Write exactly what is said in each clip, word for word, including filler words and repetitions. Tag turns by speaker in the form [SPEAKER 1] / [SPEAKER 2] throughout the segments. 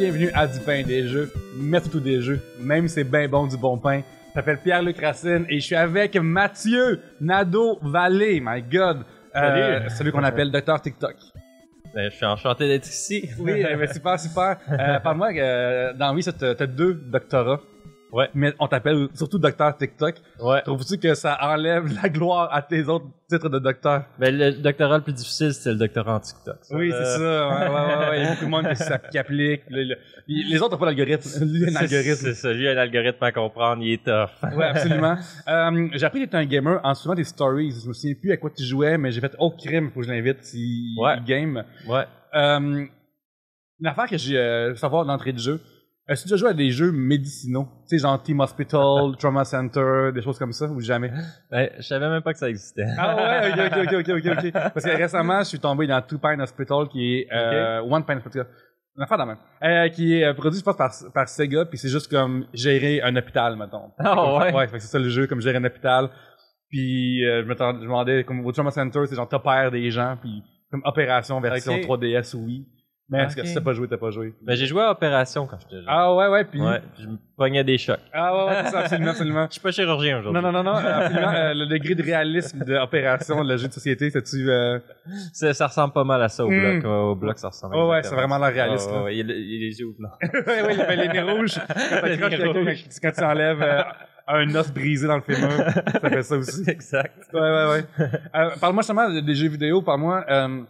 [SPEAKER 1] bienvenue à Du pain des jeux, mais surtout des jeux, même si c'est bien bon du bon pain. Je m'appelle Pierre-Luc Racine et je suis avec Mathieu Nadeau-Vallée, my god. Euh, celui qu'on appelle Docteur TikTok.
[SPEAKER 2] Ben, je suis enchanté d'être ici.
[SPEAKER 1] Oui, ben, super, super. Euh, Parle-moi, euh, dans la vie, t'as t'as deux doctorats.
[SPEAKER 2] Ouais.
[SPEAKER 1] Mais on t'appelle surtout Docteur TikTok.
[SPEAKER 2] Ouais.
[SPEAKER 1] Trouves-tu que ça enlève la gloire à tes autres titres de docteur?
[SPEAKER 2] Ben, le doctorat le plus difficile, c'était le doctorat en TikTok. Ça,
[SPEAKER 1] Oui,
[SPEAKER 2] euh...
[SPEAKER 1] c'est ça. Ouais, ouais, ouais, ouais. Il y a beaucoup de monde qui, ça, qui applique. Le, le, les autres n'ont pas l'algorithme. Lui, il a un algorithme.
[SPEAKER 2] C'est ça. Lui, il a un algorithme à comprendre. Il est tough.
[SPEAKER 1] Ouais, absolument. euh, j'ai appris que t'étais un gamer en suivant des stories. Je me souviens plus à quoi tu jouais, mais j'ai fait, oh, crime, faut que je l'invite s'il
[SPEAKER 2] Ouais.
[SPEAKER 1] game.
[SPEAKER 2] Ouais.
[SPEAKER 1] Euh, l'affaire que j'ai euh, savoir d'entrée de jeu, est-ce que tu as joué à des jeux médicinaux? Tu sais, genre Team Hospital, Trauma Center, des choses comme ça, ou jamais?
[SPEAKER 2] Ben, je savais même pas que ça existait.
[SPEAKER 1] Ah ouais, ok, ok, ok, ok, ok, ok. Parce que récemment, je suis tombé dans Two Pine Hospital, qui est, euh, okay. One Pine Hospital. Une affaire dans même. Euh, qui est euh, produit, je pense, par, par Sega, puis c'est juste comme gérer un hôpital, mettons.
[SPEAKER 2] Ah oh, ouais?
[SPEAKER 1] Ouais, fait que c'est ça le jeu, comme gérer un hôpital. Puis, euh, je me je me demandais, comme au Trauma Center, c'est genre t'opères des gens, puis comme opération version okay. trois D S, oui. Mais est-ce okay. que si t'as pas joué, t'as pas joué?
[SPEAKER 2] Ben, j'ai joué à Opération quand j'étais jeune.
[SPEAKER 1] Ah ouais, ouais, puis...
[SPEAKER 2] Ouais, je me pognais des chocs.
[SPEAKER 1] Ah ouais, ouais, c'est ça, absolument, absolument.
[SPEAKER 2] Je suis pas chirurgien aujourd'hui.
[SPEAKER 1] Non, non, non, non, absolument. euh, le degré de réalisme de Opération, le jeu de société, c'est-tu... Euh...
[SPEAKER 2] Ça, ça ressemble pas mal à ça au
[SPEAKER 1] mm.
[SPEAKER 2] bloc. Au bloc, ça ressemble
[SPEAKER 1] Oh ouais, c'est vraiment l'air réaliste.
[SPEAKER 2] Oh, ouais, il y a les yeux blancs.
[SPEAKER 1] ouais, ouais, il y a les nez rouges. Quand, les nez rouges. Quand tu enlèves euh, un os brisé dans le fémur, ça fait ça aussi.
[SPEAKER 2] Exact.
[SPEAKER 1] Ouais, ouais, ouais. euh, parle-moi justement des jeux vidéo, parle-moi... Euh,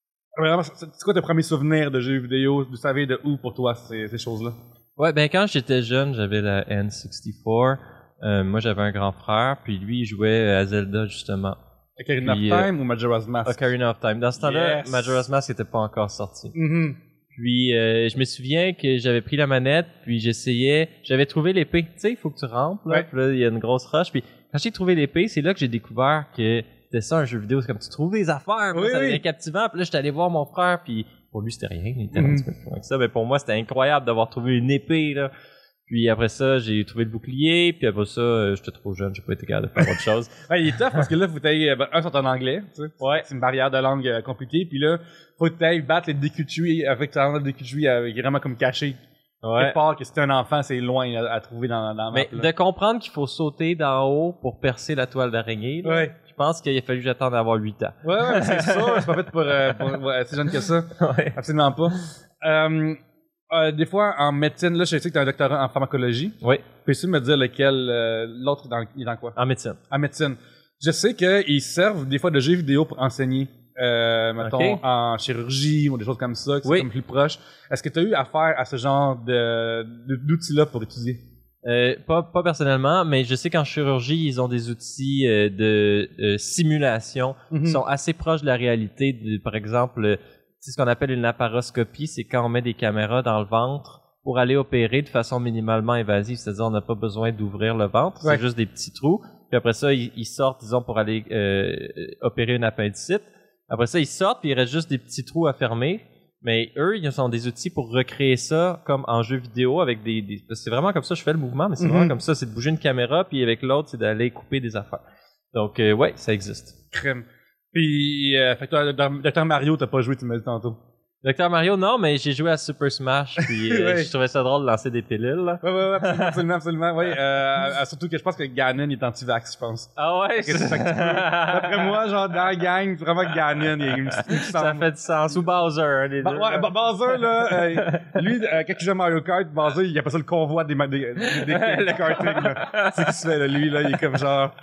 [SPEAKER 1] c'est quoi tes premiers souvenirs de jeux vidéo? Vous savez de où pour toi ces, ces choses-là?
[SPEAKER 2] Ouais, ben quand j'étais jeune, j'avais la N soixante-quatre. Euh, moi, j'avais un grand frère, puis lui, il jouait à Zelda, justement.
[SPEAKER 1] Ocarina of Time euh, ou Majora's Mask?
[SPEAKER 2] Ocarina of Time. Dans ce temps-là, yes. Majora's Mask n'était pas encore sorti.
[SPEAKER 1] Mm-hmm.
[SPEAKER 2] Puis, euh, je me souviens que j'avais pris la manette, puis j'essayais... J'avais trouvé l'épée. Tu sais, il faut que tu rampes, là. Ouais. Puis là, il y a une grosse roche. Puis quand j'ai trouvé l'épée, c'est là que j'ai découvert que... C'était ça un jeu vidéo, c'est comme tu trouves des affaires,
[SPEAKER 1] oui,
[SPEAKER 2] ça
[SPEAKER 1] oui.
[SPEAKER 2] devient captivant. Puis là, j'étais allé voir mon frère, puis pour lui c'était rien, il était un petit peu plus loin que ça, mais pour moi c'était incroyable d'avoir trouvé une épée là. Puis après ça, j'ai trouvé le bouclier, puis après ça, euh, j'étais trop jeune, j'ai pas été capable de faire autre chose.
[SPEAKER 1] Ouais, il est tough parce que là, faut t'ailler, ben, un, sont en anglais, tu sais.
[SPEAKER 2] Ouais.
[SPEAKER 1] C'est une barrière de langue euh, compliquée, puis là, faut que t'ailles battre les D Q T avec ta langue de D Q T euh, vraiment comme caché.
[SPEAKER 2] Ouais.
[SPEAKER 1] Quelque part que si t'es un enfant, c'est loin à, à trouver dans, dans la
[SPEAKER 2] map. Mais de comprendre qu'il faut sauter d'en haut pour percer la toile d'araignée, là,
[SPEAKER 1] ouais.
[SPEAKER 2] Je pense qu'il a fallu que j'attende d'avoir huit ans.
[SPEAKER 1] Ouais, ouais, c'est sûr, c'est pas fait pour, euh, pour, pour être si jeune que ça.
[SPEAKER 2] Ouais.
[SPEAKER 1] Absolument pas. Euh, euh, des fois, en médecine, là, je sais que t'as un doctorat en pharmacologie.
[SPEAKER 2] Oui.
[SPEAKER 1] Peux-tu me dire lequel, euh, l'autre, dans, il est dans quoi?
[SPEAKER 2] En médecine.
[SPEAKER 1] En médecine. Je sais qu'ils servent des fois de jeux vidéo pour enseigner. Euh, mettons, okay. en chirurgie ou des choses comme ça, qui oui. sont comme plus proches. Est-ce que tu as eu affaire à ce genre de, de, d'outils-là pour étudier?
[SPEAKER 2] Euh, pas, pas personnellement, mais je sais qu'en chirurgie, ils ont des outils euh, de euh, simulation mm-hmm. qui sont assez proches de la réalité. De, par exemple, c'est ce qu'on appelle une laparoscopie, c'est quand on met des caméras dans le ventre pour aller opérer de façon minimalement invasive, c'est-à-dire on n'a pas besoin d'ouvrir le ventre, ouais. C'est juste des petits trous. Puis après ça, ils, ils sortent, disons, pour aller euh, opérer une appendicite. Après ça, ils sortent, puis il reste juste des petits trous à fermer. Mais eux, ils ont des outils pour recréer ça comme en jeu vidéo avec des... des c'est vraiment comme ça, je fais le mouvement, mais c'est mm-hmm. vraiment comme ça. C'est de bouger une caméra, puis avec l'autre, c'est d'aller couper des affaires. Donc, euh, ouais, ça existe.
[SPEAKER 1] Crème. Puis, euh, fait que toi, Docteur Mario, t'as pas joué, tu m'as dit tantôt.
[SPEAKER 2] Docteur Mario, non, mais j'ai joué à Super Smash, puis euh, ouais. Je trouvais ça drôle de lancer des pilules, là.
[SPEAKER 1] Ouais, ouais, ouais, absolument, absolument, absolument, ouais. Euh, surtout que je pense que Ganon est anti-vax, je pense.
[SPEAKER 2] Ah ouais?
[SPEAKER 1] C'est ça que tu peux. D'après moi, genre, dans la gang, vraiment Ganon, il y a une petite
[SPEAKER 2] ça fait du sens. Ou Bowser, hein, les
[SPEAKER 1] ba-
[SPEAKER 2] deux.
[SPEAKER 1] Ouais, ba- Bowser, là, euh, lui, euh, quand il joue à Mario Kart, Bowser, il appelle ça le convoi des, des, des, des, des karting, là. C'est ce qu'il se fait, là, lui, là, il est comme genre...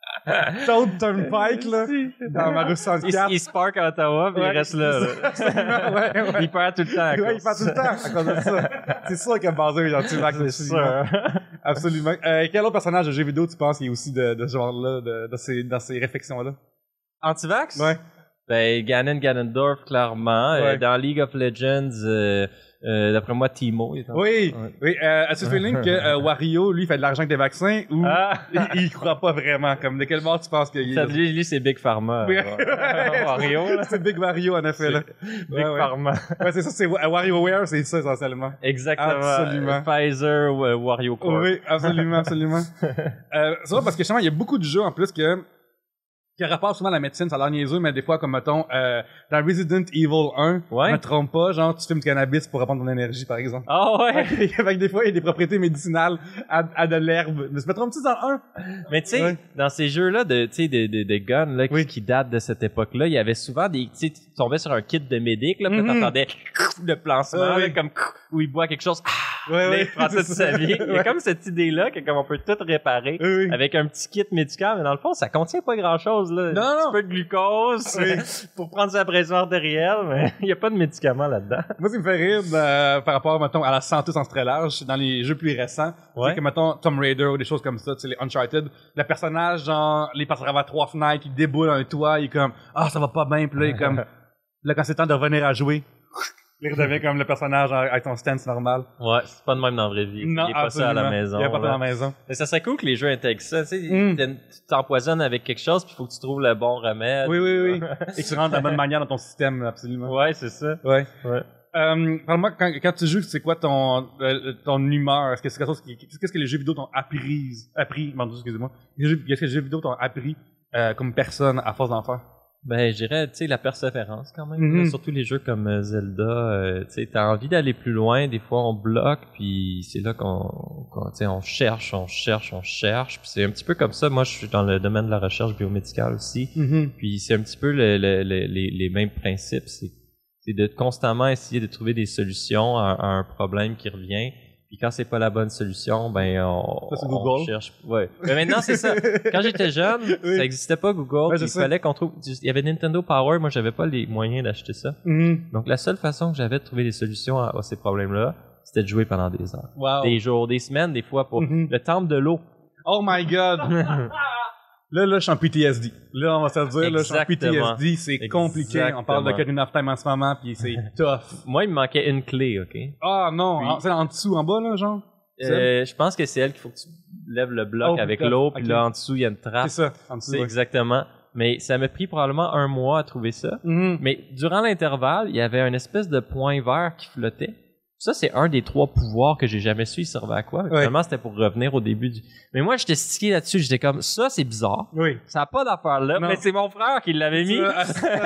[SPEAKER 1] Toad Turnpike, là, dans Mario soixante-quatre.
[SPEAKER 2] Il, il se parque à Ottawa, puis ouais, il reste là. là.
[SPEAKER 1] ouais, ouais.
[SPEAKER 2] Il perd tout le temps à cause.
[SPEAKER 1] Ouais, il perd tout le temps à cause de ça. C'est sûr que Bowser est gentil, Max.
[SPEAKER 2] C'est sûr.
[SPEAKER 1] Absolument. Euh, quel autre personnage de jeu vidéo tu penses qui est aussi de, de ce genre-là, de, de ces, dans ces réflexions-là?
[SPEAKER 2] Anti-vax?
[SPEAKER 1] Ouais.
[SPEAKER 2] Ben, Ganon Ganondorf, clairement. Ouais. Euh, dans League of Legends, euh, euh, d'après moi, Teemo. Il est en...
[SPEAKER 1] Oui, ouais. oui. Euh, as-tu le feeling que euh, Wario, lui, fait de l'argent avec des vaccins ou
[SPEAKER 2] ah.
[SPEAKER 1] il, il croit pas vraiment? Comme de quel bord tu penses qu'il est?
[SPEAKER 2] Lui, lui c'est Big Pharma.
[SPEAKER 1] Oui.
[SPEAKER 2] Wario, là.
[SPEAKER 1] C'est Big Wario, en effet, là.
[SPEAKER 2] Big ouais, Pharma.
[SPEAKER 1] Ouais, ouais c'est ça, c'est WarioWare, c'est ça, essentiellement.
[SPEAKER 2] Exactement.
[SPEAKER 1] Absolument.
[SPEAKER 2] Pfizer, ou Wario Corp.
[SPEAKER 1] Oui, absolument, absolument. euh, c'est vrai parce que, justement, il y a beaucoup de jeux, en plus, que qui a rapport souvent à la médecine, ça a l'air niaiseux, mais des fois, comme mettons, euh, dans Resident Evil un,
[SPEAKER 2] Ouais.
[SPEAKER 1] je me trompe pas, genre, tu fumes du cannabis pour reprendre ton énergie, par exemple.
[SPEAKER 2] Ah ouais!
[SPEAKER 1] Fait que des fois, il y a des propriétés médicinales à, à de l'herbe. Mais je me trompe-tu dans le un?
[SPEAKER 2] Mais tu sais,
[SPEAKER 1] Ouais.
[SPEAKER 2] dans ces jeux-là de, tu sais, de, de, de guns, là, qui,
[SPEAKER 1] Oui.
[SPEAKER 2] qui datent de cette époque-là, il y avait souvent des, tu sais, tu tombais sur un kit de médic, là, puis
[SPEAKER 1] Mhm.
[SPEAKER 2] t'entendais le plancement,
[SPEAKER 1] Ouais,
[SPEAKER 2] là,
[SPEAKER 1] oui.
[SPEAKER 2] comme, où il boit quelque chose, ah,
[SPEAKER 1] Ouais,
[SPEAKER 2] là,
[SPEAKER 1] ouais.
[SPEAKER 2] il prend ça de sa vie. Il y a
[SPEAKER 1] Ouais.
[SPEAKER 2] comme cette idée-là que comme on peut tout réparer
[SPEAKER 1] Oui, oui.
[SPEAKER 2] avec un petit kit médical, mais dans le fond, ça contient pas grand-chose, là.
[SPEAKER 1] Non,
[SPEAKER 2] un
[SPEAKER 1] non.
[SPEAKER 2] petit peu de glucose
[SPEAKER 1] Oui.
[SPEAKER 2] pour prendre sa pression artérielle, mais il y a pas de médicaments là-dedans.
[SPEAKER 1] Moi, ce qui me fait rire de- par rapport, mettons, à la santé sans strelage, dans les jeux plus récents,
[SPEAKER 2] Ouais.
[SPEAKER 1] c'est que, mettons, Tomb Raider ou des choses comme ça, tu sais, les Uncharted, le personnage, genre, il passe à travers trois fenêtres, il déboule un toit, il est comme, ah, ça va pas bien, puis là, il est comme, là, quand c'est temps de revenir à jouer, il redevient comme le personnage avec son stance normal.
[SPEAKER 2] Ouais, c'est pas de même dans la vraie vie. il y a pas ça à la
[SPEAKER 1] absolument.
[SPEAKER 2] maison.
[SPEAKER 1] Il y a pas ça
[SPEAKER 2] là.
[SPEAKER 1] à la maison.
[SPEAKER 2] Mais ça serait cool que les jeux intègrent ça, tu sais.
[SPEAKER 1] Mm.
[SPEAKER 2] Tu t'empoisonnes avec quelque chose, puis il faut que tu trouves le bon remède.
[SPEAKER 1] Oui, oui, oui. Et que tu rentres de la bonne manière dans ton système, absolument.
[SPEAKER 2] Ouais, c'est ça.
[SPEAKER 1] Ouais.
[SPEAKER 2] Ouais.
[SPEAKER 1] Euh, parle-moi, quand, quand tu joues, c'est quoi ton, euh, ton humeur? Est-ce que c'est quelque chose qui, qu'est-ce que les jeux vidéo t'ont appris, appris, pardon, excusez-moi. Qu'est-ce que les jeux vidéo t'ont appris, euh, comme personne à force d'en faire?
[SPEAKER 2] Ben, je dirais, tu sais, la persévérance quand même.
[SPEAKER 1] Mhm.
[SPEAKER 2] là. Surtout les jeux comme euh, Zelda, euh, tu sais, t'as envie d'aller plus loin. Des fois, on bloque, puis c'est là qu'on, qu'on tu sais, on cherche, on cherche, on cherche. Puis c'est un petit peu comme ça. Moi, je suis dans le domaine de la recherche biomédicale aussi.
[SPEAKER 1] Mm-hmm.
[SPEAKER 2] Puis c'est un petit peu le, le, le- les, les mêmes principes. C'est, c'est de constamment essayer de trouver des solutions à, à un problème qui revient. Puis quand c'est pas la bonne solution, ben on,
[SPEAKER 1] Ça, c'est
[SPEAKER 2] on
[SPEAKER 1] Google.
[SPEAKER 2] cherche. Ouais. Mais maintenant c'est ça. Quand j'étais jeune,
[SPEAKER 1] Oui.
[SPEAKER 2] ça existait pas Google.
[SPEAKER 1] Ouais,
[SPEAKER 2] Puis
[SPEAKER 1] je
[SPEAKER 2] il
[SPEAKER 1] sais.
[SPEAKER 2] fallait qu'on trouve. Il y avait Nintendo Power. Moi, j'avais pas les moyens d'acheter ça.
[SPEAKER 1] Mm-hmm.
[SPEAKER 2] Donc la seule façon que j'avais de trouver des solutions à, à ces problèmes-là, c'était de jouer pendant des heures,
[SPEAKER 1] Wow.
[SPEAKER 2] des jours, des semaines, des fois pour
[SPEAKER 1] Mhm.
[SPEAKER 2] le temple de l'eau.
[SPEAKER 1] Oh my god! Là, là, je suis en P T S D. Là, on va se le dire, là, je suis en P T
[SPEAKER 2] Exactement.
[SPEAKER 1] S D, c'est compliqué. On parle de
[SPEAKER 2] Exactement.
[SPEAKER 1] Ocarina of Time en ce moment, puis c'est tough.
[SPEAKER 2] Moi, il me manquait une clé, ok.
[SPEAKER 1] Ah non,
[SPEAKER 2] Puis-
[SPEAKER 1] en- c'est en dessous, en bas, là, genre?
[SPEAKER 2] Euh, je pense que c'est elle qu'il faut que tu lèves le bloc
[SPEAKER 1] Oh,
[SPEAKER 2] avec
[SPEAKER 1] putain,
[SPEAKER 2] l'eau, puis
[SPEAKER 1] ok.
[SPEAKER 2] là en dessous il y a une trappe.
[SPEAKER 1] C'est ça, en dessous.
[SPEAKER 2] C'est
[SPEAKER 1] ouais.
[SPEAKER 2] exactement. Mais ça m'a pris probablement un mois à trouver ça.
[SPEAKER 1] Mhm.
[SPEAKER 2] Mais durant l'intervalle, il y avait un espèce de point vert qui flottait. Ça, c'est un des trois pouvoirs que j'ai jamais su il servait à quoi. Mais
[SPEAKER 1] Ouais.
[SPEAKER 2] Finalement, c'était pour revenir au début du... Mais moi, j'étais stické là-dessus. J'étais comme, ça, c'est bizarre.
[SPEAKER 1] Oui.
[SPEAKER 2] Ça n'a pas d'affaire là.
[SPEAKER 1] Non.
[SPEAKER 2] Mais c'est mon frère qui l'avait mis.
[SPEAKER 1] Ça,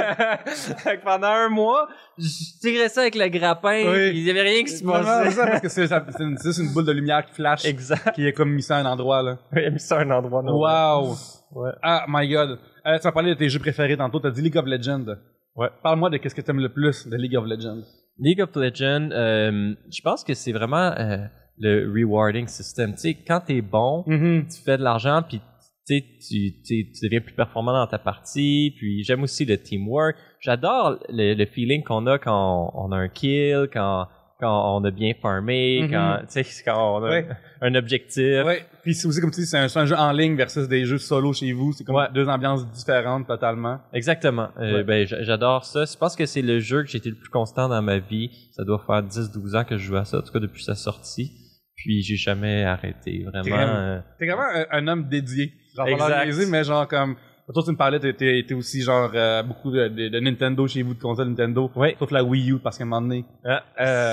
[SPEAKER 2] Fait que pendant un mois, je tirais ça avec le grappin.
[SPEAKER 1] Oui.
[SPEAKER 2] Il y avait rien qui se
[SPEAKER 1] Non, non, c'est
[SPEAKER 2] passait.
[SPEAKER 1] ça, parce que c'est ça- c'est une, c'est juste une boule de lumière qui flash,
[SPEAKER 2] Exact.
[SPEAKER 1] qui est comme mis ça à un endroit, là.
[SPEAKER 2] Il a mis ça à un endroit. non.
[SPEAKER 1] Wow!
[SPEAKER 2] Ouais.
[SPEAKER 1] Ah, my god. Euh, tu as parlé de tes jeux préférés tantôt, t'as dit League of Legends.
[SPEAKER 2] Ouais.
[SPEAKER 1] Parle-moi de qu'est-ce que t'aimes le plus de League of Legends.
[SPEAKER 2] League of Legends, euh, je pense que c'est vraiment euh, le rewarding system. Tu sais, quand t'es bon,
[SPEAKER 1] Mhm.
[SPEAKER 2] tu fais de l'argent, puis tu sais, tu, tu tu deviens plus performant dans ta partie. Puis j'aime aussi le teamwork. J'adore le, le feeling qu'on a quand on, on a un kill, quand quand on a bien farmé,
[SPEAKER 1] Mhm.
[SPEAKER 2] quand tu sais, quand on a
[SPEAKER 1] Ouais.
[SPEAKER 2] un objectif.
[SPEAKER 1] Ouais. Puis c'est aussi comme tu dis, c'est un, c'est un jeu en ligne versus des jeux solo chez vous. C'est comme
[SPEAKER 2] Ouais.
[SPEAKER 1] deux ambiances différentes totalement.
[SPEAKER 2] Exactement. Euh,
[SPEAKER 1] Ouais.
[SPEAKER 2] ben, j'a- j'adore ça. Je pense que c'est le jeu que j'ai été le plus constant dans ma vie. Ça doit faire dix douze ans que je joue à ça, en tout cas depuis sa sortie. Puis j'ai jamais arrêté, vraiment.
[SPEAKER 1] Vraiment.
[SPEAKER 2] euh,
[SPEAKER 1] T'es vraiment un, un homme dédié. Genre, pas
[SPEAKER 2] Exact.
[SPEAKER 1] l'air niaisé, mais genre comme... Toi, tu me parlais, t'es, t'es, t'es aussi genre euh, beaucoup de, de, de Nintendo chez vous, de consoles Nintendo.
[SPEAKER 2] Oui.
[SPEAKER 1] Sauf la Wii U, parce qu'à un moment donné,
[SPEAKER 2] Ah.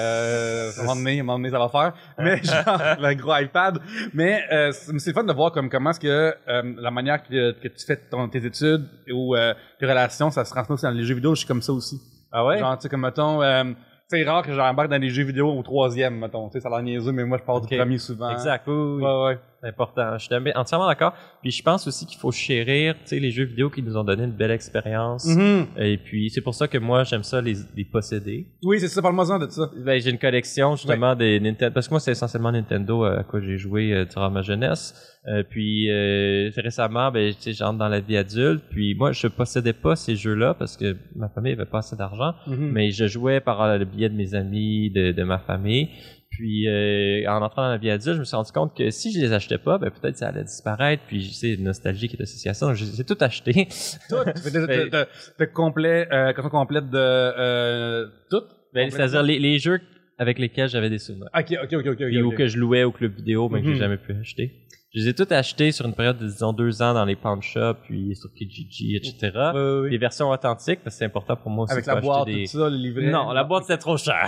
[SPEAKER 1] euh, à un moment donné, à un moment donné, ça va faire. Mais genre, le gros iPad. Mais euh, c'est, c'est le fun de voir comme comment est-ce que euh, la manière que, que tu fais ton, tes études ou euh, tes relations, ça se transmet aussi dans les jeux vidéo. Je suis comme ça aussi.
[SPEAKER 2] Ah ouais?
[SPEAKER 1] Genre, tu sais, comme mettons... Euh, c'est rare que j'embarque dans des jeux vidéo au troisième, mettons. Tu sais, ça a l'air niaiseux, mais moi, je pars
[SPEAKER 2] Ok.
[SPEAKER 1] du premier souvent.
[SPEAKER 2] Exact. Oui, oui, oui.
[SPEAKER 1] Ouais, ouais.
[SPEAKER 2] C'est important. Je suis am- entièrement d'accord. Puis je pense aussi qu'il faut chérir, tu sais, les jeux vidéo qui nous ont donné une belle expérience.
[SPEAKER 1] Mhm.
[SPEAKER 2] Et puis c'est pour ça que moi j'aime ça les, les posséder.
[SPEAKER 1] Oui, c'est ça, parle-moi-en de ça.
[SPEAKER 2] Ben, j'ai une collection justement des Nintendo parce que moi c'est essentiellement Nintendo euh, à quoi j'ai joué euh, durant ma jeunesse. Euh, puis euh, récemment, ben tu sais, j'entre dans la vie adulte. Puis moi je possédais pas ces jeux-là parce que ma famille avait pas assez d'argent,
[SPEAKER 1] Mhm.
[SPEAKER 2] mais je jouais par euh, le biais de mes amis, de, de ma famille. Puis euh, en entrant dans la vie adulte, je me suis rendu compte que si je les achetais pas, ben peut-être ça allait disparaître. Puis c'est une nostalgie qui est associée à ça. Donc j'ai j'ai tout acheté.
[SPEAKER 1] Tout. Tu fais de,
[SPEAKER 2] Ben-
[SPEAKER 1] de, de, de complet, euh, question complète de, euh, tout.
[SPEAKER 2] Ben, c'est-à-dire les, les jeux avec lesquels j'avais des souvenirs.
[SPEAKER 1] Ok, ok, ok, ok,
[SPEAKER 2] Puis,
[SPEAKER 1] ok.
[SPEAKER 2] ou que je louais au club vidéo, mais que
[SPEAKER 1] Mhm.
[SPEAKER 2] j'ai jamais pu acheter. Je les ai tous achetés sur une période de, disons, deux ans dans les pawn shops, puis sur Kijiji, et cetera.
[SPEAKER 1] Ouais, ouais, ouais.
[SPEAKER 2] Les versions authentiques, parce que c'est important pour moi aussi
[SPEAKER 1] Avec
[SPEAKER 2] de
[SPEAKER 1] la
[SPEAKER 2] pas
[SPEAKER 1] boîte,
[SPEAKER 2] acheter des...
[SPEAKER 1] tout ça, le livret.
[SPEAKER 2] Non, la boîte, c'était trop cher.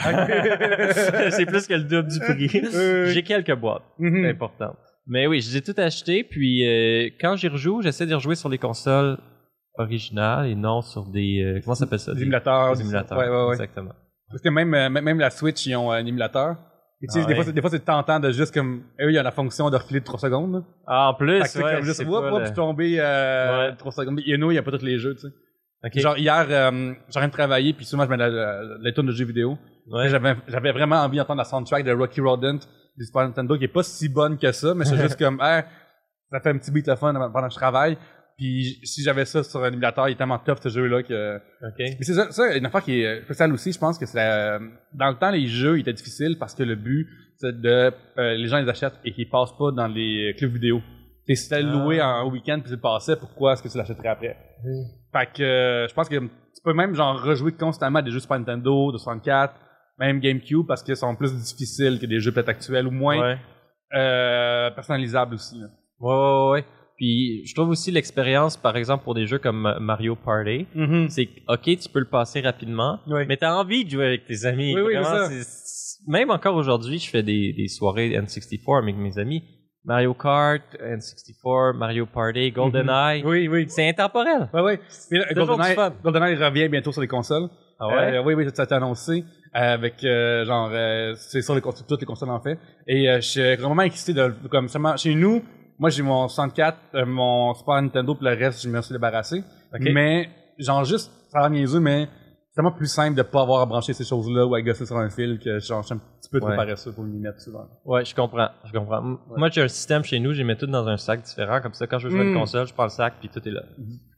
[SPEAKER 2] C'est plus que le double du prix.
[SPEAKER 1] oui.
[SPEAKER 2] J'ai quelques boîtes,
[SPEAKER 1] Mhm.
[SPEAKER 2] c'est important. Mais oui, je les ai toutes achetées, puis euh, quand j'y rejoue, j'essaie d'y rejouer sur les consoles originales et non sur des... Euh, comment ça s'appelle ça?
[SPEAKER 1] Des émulateurs.
[SPEAKER 2] Des émulateurs,
[SPEAKER 1] ouais, ouais, ouais.
[SPEAKER 2] exactement.
[SPEAKER 1] Parce que même, euh, même la Switch, ils ont un émulateur. Et tu sais,
[SPEAKER 2] Ah
[SPEAKER 1] des,
[SPEAKER 2] ouais.
[SPEAKER 1] fois, des fois, c'est tentant de juste comme... Eux, il y a la fonction de refiler de trois secondes. Là.
[SPEAKER 2] Ah, en plus,
[SPEAKER 1] Fait que c'est
[SPEAKER 2] ouais,
[SPEAKER 1] comme juste,
[SPEAKER 2] c'est
[SPEAKER 1] whoop,
[SPEAKER 2] pas
[SPEAKER 1] whoop,
[SPEAKER 2] le-
[SPEAKER 1] je suis tombé euh,
[SPEAKER 2] Ouais.
[SPEAKER 1] trois secondes. Et nous, il n'y a pas tous les jeux, tu sais.
[SPEAKER 2] Ok.
[SPEAKER 1] Genre, hier, euh, j'ai rien de travailler, puis souvent, je mets la, la, la tonne de jeux vidéo.
[SPEAKER 2] Ouais.
[SPEAKER 1] J'avais, j'avais vraiment envie d'entendre la soundtrack de Rocky Rodent du Super Nintendo, qui est pas si bonne que ça, mais c'est juste comme, hey, ça fait un petit beat le fun pendant que je travaille. Puis si j'avais ça sur un émulateur, il est tellement top ce jeu-là que...
[SPEAKER 2] Ok.
[SPEAKER 1] Mais c'est ça, ça, une affaire qui est spéciale aussi, je pense que c'est la- dans le temps, les jeux ils étaient difficiles parce que le but, c'est de, euh, les gens les achètent et qu'ils passent pas dans les clubs vidéo. Et si t'as loué en week-end puis tu le passais, pourquoi est-ce que tu l'achèterais après?
[SPEAKER 2] Mm.
[SPEAKER 1] Fait que, euh, je pense que tu peux même genre rejouer constamment à des jeux Super Nintendo, de soixante-quatre, même GameCube parce qu'ils sont plus difficiles que des jeux peut-être actuels ou moins,
[SPEAKER 2] Ouais.
[SPEAKER 1] euh, personnalisables aussi, là.
[SPEAKER 2] Ouais, ouais, ouais. Puis je trouve aussi l'expérience, par exemple, pour des jeux comme Mario Party,
[SPEAKER 1] Mm-hmm.
[SPEAKER 2] c'est que, ok, tu peux le passer rapidement,
[SPEAKER 1] Oui.
[SPEAKER 2] mais t'as envie de jouer avec tes amis.
[SPEAKER 1] Oui, oui,
[SPEAKER 2] Vraiment,
[SPEAKER 1] c'est ça.
[SPEAKER 2] c'est- c'est- Même encore aujourd'hui, je fais des, des soirées N soixante-quatre avec mes amis. Mario Kart, N soixante-quatre, Mario Party, GoldenEye.
[SPEAKER 1] Oui, oui.
[SPEAKER 2] C'est intemporel.
[SPEAKER 1] Ouais, ouais. Mais là,
[SPEAKER 2] C'est toujours
[SPEAKER 1] GoldenEye,
[SPEAKER 2] du fun.
[SPEAKER 1] GoldenEye revient bientôt sur les consoles.
[SPEAKER 2] Ah ouais?
[SPEAKER 1] Euh, oui, oui, ça a été annoncé. euh, avec, euh, genre, euh, c'est sur les consoles, toutes les consoles en fait. Et euh, je suis vraiment excité de, comme, seulement, chez nous, moi j'ai mon soixante-quatre, euh, mon Super Nintendo, puis le reste, je me suis débarrassé.
[SPEAKER 2] Ok.
[SPEAKER 1] Mais, genre, juste, ça a l'air niaiseux, mais c'est tellement plus simple de pas avoir à brancher ces choses-là ou à gosser sur un fil que genre, je suis un petit peu trop
[SPEAKER 2] Ouais.
[SPEAKER 1] paresseux pour m'y mettre souvent.
[SPEAKER 2] Ouais, je comprends, je comprends. M- Moi, j'ai un système chez nous, j'ai mis tout dans un sac différent, comme ça, quand je veux jouer à une
[SPEAKER 1] Mm.
[SPEAKER 2] console, je prends le sac, puis tout est là.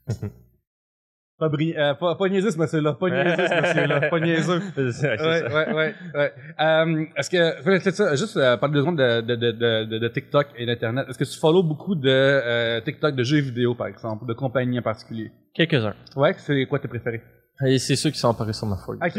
[SPEAKER 1] Pas, bri euh, pas, pas niaiseux ce monsieur-là, pas niaiseux ce monsieur-là, pas niaiseux.
[SPEAKER 2] C'est ça, c'est
[SPEAKER 1] Ouais,
[SPEAKER 2] ça.
[SPEAKER 1] ouais, ouais, ouais. Euh, est-ce que, fais- c'est ça, juste euh, parler deux secondes de, de, de, de, de, de TikTok et d'Internet. Est-ce que tu follow beaucoup de euh, TikTok de jeux vidéo, par exemple, de compagnies en particulier?
[SPEAKER 2] Quelques-uns.
[SPEAKER 1] Ouais, c'est quoi tes préférés?
[SPEAKER 2] Et c'est ceux qui sont apparus sur ma folie.
[SPEAKER 1] Ok.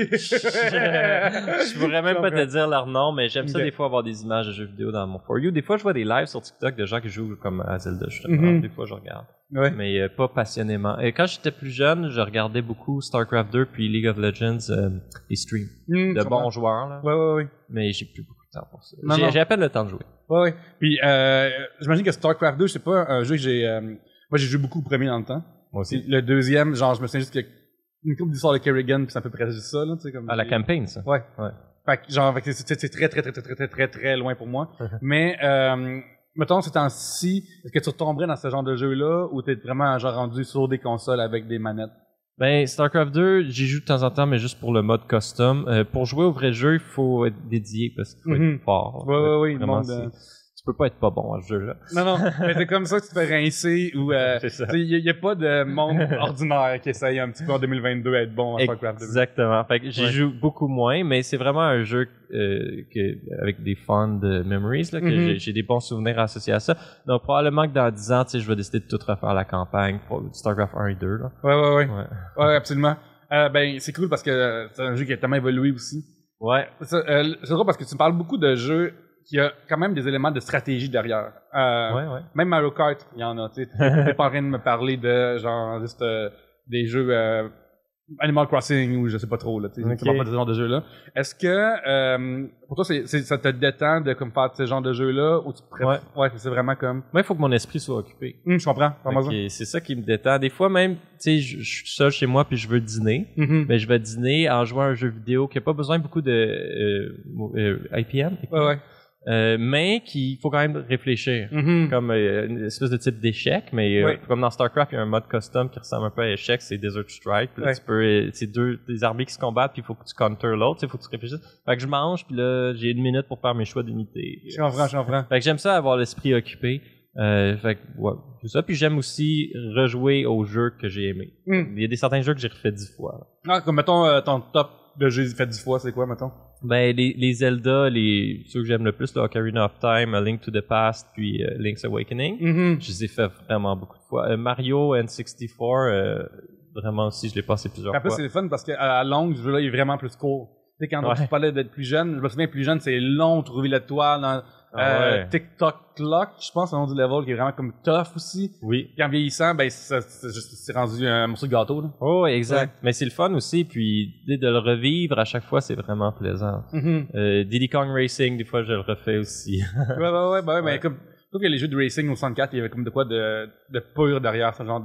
[SPEAKER 2] Je pourrais même pas te dire leur nom, mais j'aime ça
[SPEAKER 1] Ok.
[SPEAKER 2] des fois avoir des images de jeux vidéo dans mon For You. Des fois, je vois des lives sur TikTok de gens qui jouent comme à Zelda, justement.
[SPEAKER 1] Mhm.
[SPEAKER 2] Des fois, je regarde.
[SPEAKER 1] Ouais.
[SPEAKER 2] Mais euh, pas passionnément. Et quand j'étais plus jeune, je regardais beaucoup StarCraft deux puis League of Legends, euh, les streams
[SPEAKER 1] Hmm,
[SPEAKER 2] de
[SPEAKER 1] je
[SPEAKER 2] bons
[SPEAKER 1] comprends.
[SPEAKER 2] joueurs, là.
[SPEAKER 1] Ouais, ouais, ouais.
[SPEAKER 2] Mais j'ai plus beaucoup de temps pour ça.
[SPEAKER 1] Non,
[SPEAKER 2] J'ai
[SPEAKER 1] non.
[SPEAKER 2] j'ai à peine le temps de jouer.
[SPEAKER 1] Ouais, ouais. Puis, euh, j'imagine que StarCraft deux, c'est pas un jeu que j'ai, euh, moi j'ai joué beaucoup au premier dans le temps.
[SPEAKER 2] Moi
[SPEAKER 1] Puis le deuxième, genre, je me souviens juste qu'il y a une couple d'histoires de Kerrigan, puis c'est à peu près juste ça, là, tu sais, comme.
[SPEAKER 2] À la campagne, ça.
[SPEAKER 1] Ouais.
[SPEAKER 2] Ouais.
[SPEAKER 1] Fait que, genre, fait que c'est, c'est, c'est très, très, très, très, très, très, très, très loin pour moi. Mais, euh, mettons, ces temps-ci, est-ce que tu retomberais dans ce genre de jeu-là, ou t'es vraiment, genre, rendu sur des consoles avec des manettes?
[SPEAKER 2] Ben, StarCraft deux, j'y joue de temps en temps, mais juste pour le mode custom. Euh, pour jouer au vrai jeu, il faut être dédié parce qu'il faut
[SPEAKER 1] Mhm.
[SPEAKER 2] être fort.
[SPEAKER 1] Ouais, ouais, ouais, le
[SPEAKER 2] Vraiment,
[SPEAKER 1] monde, euh,
[SPEAKER 2] c'est- Tu peux pas être pas bon à ce jeu-là.
[SPEAKER 1] Non, non, mais c'est comme ça que tu te fais rincer, ou, euh,
[SPEAKER 2] C'est ça.
[SPEAKER 1] il y, a pas de monde ordinaire qui essaye un petit peu en deux mille vingt-deux à être bon à StarCraft deux.
[SPEAKER 2] Exactement. Fait que j'y
[SPEAKER 1] Ouais.
[SPEAKER 2] joue beaucoup moins, mais c'est vraiment un jeu euh, que, avec des fond memories, là, que
[SPEAKER 1] Mhm.
[SPEAKER 2] j'ai, j'ai des bons souvenirs associés à ça. Donc probablement que dans dix ans, tu sais, je vais décider de tout refaire la campagne pour StarCraft un et deux. Là.
[SPEAKER 1] Ouais, ouais, ouais.
[SPEAKER 2] Ouais.
[SPEAKER 1] Ouais, absolument. Euh, ben, c'est cool parce que euh, c'est un jeu qui a tellement évolué aussi.
[SPEAKER 2] Ouais.
[SPEAKER 1] C'est, ça, euh, c'est drôle parce que tu me parles beaucoup de jeux qui a quand même des éléments de stratégie derrière. Euh,
[SPEAKER 2] Ouais, ouais.
[SPEAKER 1] Même Mario Kart, il y en a. Tu sais, t'es pas en train de me parler de genre juste euh, des jeux euh, Animal Crossing ou je sais pas trop là. Tu sais,
[SPEAKER 2] Ok.
[SPEAKER 1] tu parles pas de ce genre de jeux là. Est-ce que euh, pour toi c'est, c'est, ça te détend de comme faire ce genre de jeux là ou tu préfères ouais. c'est vraiment comme.
[SPEAKER 2] Moi, il faut que mon esprit soit occupé.
[SPEAKER 1] Hum, je comprends.
[SPEAKER 2] Fait que c'est ça qui me détend. Des fois même, tu sais, je je suis seul chez moi puis je veux dîner.
[SPEAKER 1] Mm-hmm.
[SPEAKER 2] Mais je vais dîner en jouant à un jeu vidéo qui a pas besoin beaucoup de euh, euh, I P M.
[SPEAKER 1] Ouais, ouais.
[SPEAKER 2] Euh, mais qu'il faut quand même réfléchir.
[SPEAKER 1] Mm-hmm.
[SPEAKER 2] Comme euh, une espèce de type d'échec, mais euh,
[SPEAKER 1] Ouais.
[SPEAKER 2] comme dans StarCraft, il y a un mode custom qui ressemble un peu à échec, c'est Desert Strike. Puis là,
[SPEAKER 1] Ouais.
[SPEAKER 2] tu peux, euh, c'est deux des armées qui se combattent, puis il faut que tu counter l'autre, il faut que tu réfléchisses. Fait que je mange, puis là, j'ai une minute pour faire mes choix d'unité.
[SPEAKER 1] Je comprends, je comprends.
[SPEAKER 2] Fait que j'aime ça avoir l'esprit occupé. Euh, fait que ouais, c'est ça. Puis j'aime aussi rejouer aux jeux que j'ai aimés.
[SPEAKER 1] Mm.
[SPEAKER 2] Il y a des certains jeux que j'ai refait dix fois.
[SPEAKER 1] Ah, comme mettons euh, ton top de jeux fait dix fois, c'est quoi mettons?
[SPEAKER 2] Ben, les, les Zelda, les, ceux que j'aime le plus, là, Ocarina of Time, A Link to the Past, puis euh, Link's Awakening.
[SPEAKER 1] Mm-hmm.
[SPEAKER 2] Je les ai fait vraiment beaucoup de fois. Euh, Mario N soixante-quatre, euh, vraiment aussi, je l'ai passé plusieurs
[SPEAKER 1] Après,
[SPEAKER 2] fois.
[SPEAKER 1] c'est le fun parce qu'à la longue, ce jeu-là il est vraiment plus court. Tu sais, quand
[SPEAKER 2] Ouais.
[SPEAKER 1] tu parlais d'être plus jeune, je me souviens, plus jeune, c'est long de trouver l'étoile dans
[SPEAKER 2] Ah
[SPEAKER 1] euh,
[SPEAKER 2] ouais.
[SPEAKER 1] TikTok Clock, je pense, c'est le nom du level qui est vraiment comme tough aussi.
[SPEAKER 2] Oui.
[SPEAKER 1] Puis en vieillissant, ben, ça- c'est juste- c'est rendu un morceau de gâteau, là.
[SPEAKER 2] Oh, exact. Mais c'est le fun aussi, puis l'idée de le revivre à chaque fois, c'est vraiment plaisant.
[SPEAKER 1] Mm-hmm.
[SPEAKER 2] Euh, Diddy Kong Racing, des fois, je le refais aussi.
[SPEAKER 1] ouais, ouais, ouais, ben, ouais,
[SPEAKER 2] Ouais.
[SPEAKER 1] mais comme, je trouve que les jeux de racing au soixante-quatre, il y avait comme de quoi de, de pur derrière, ce genre de,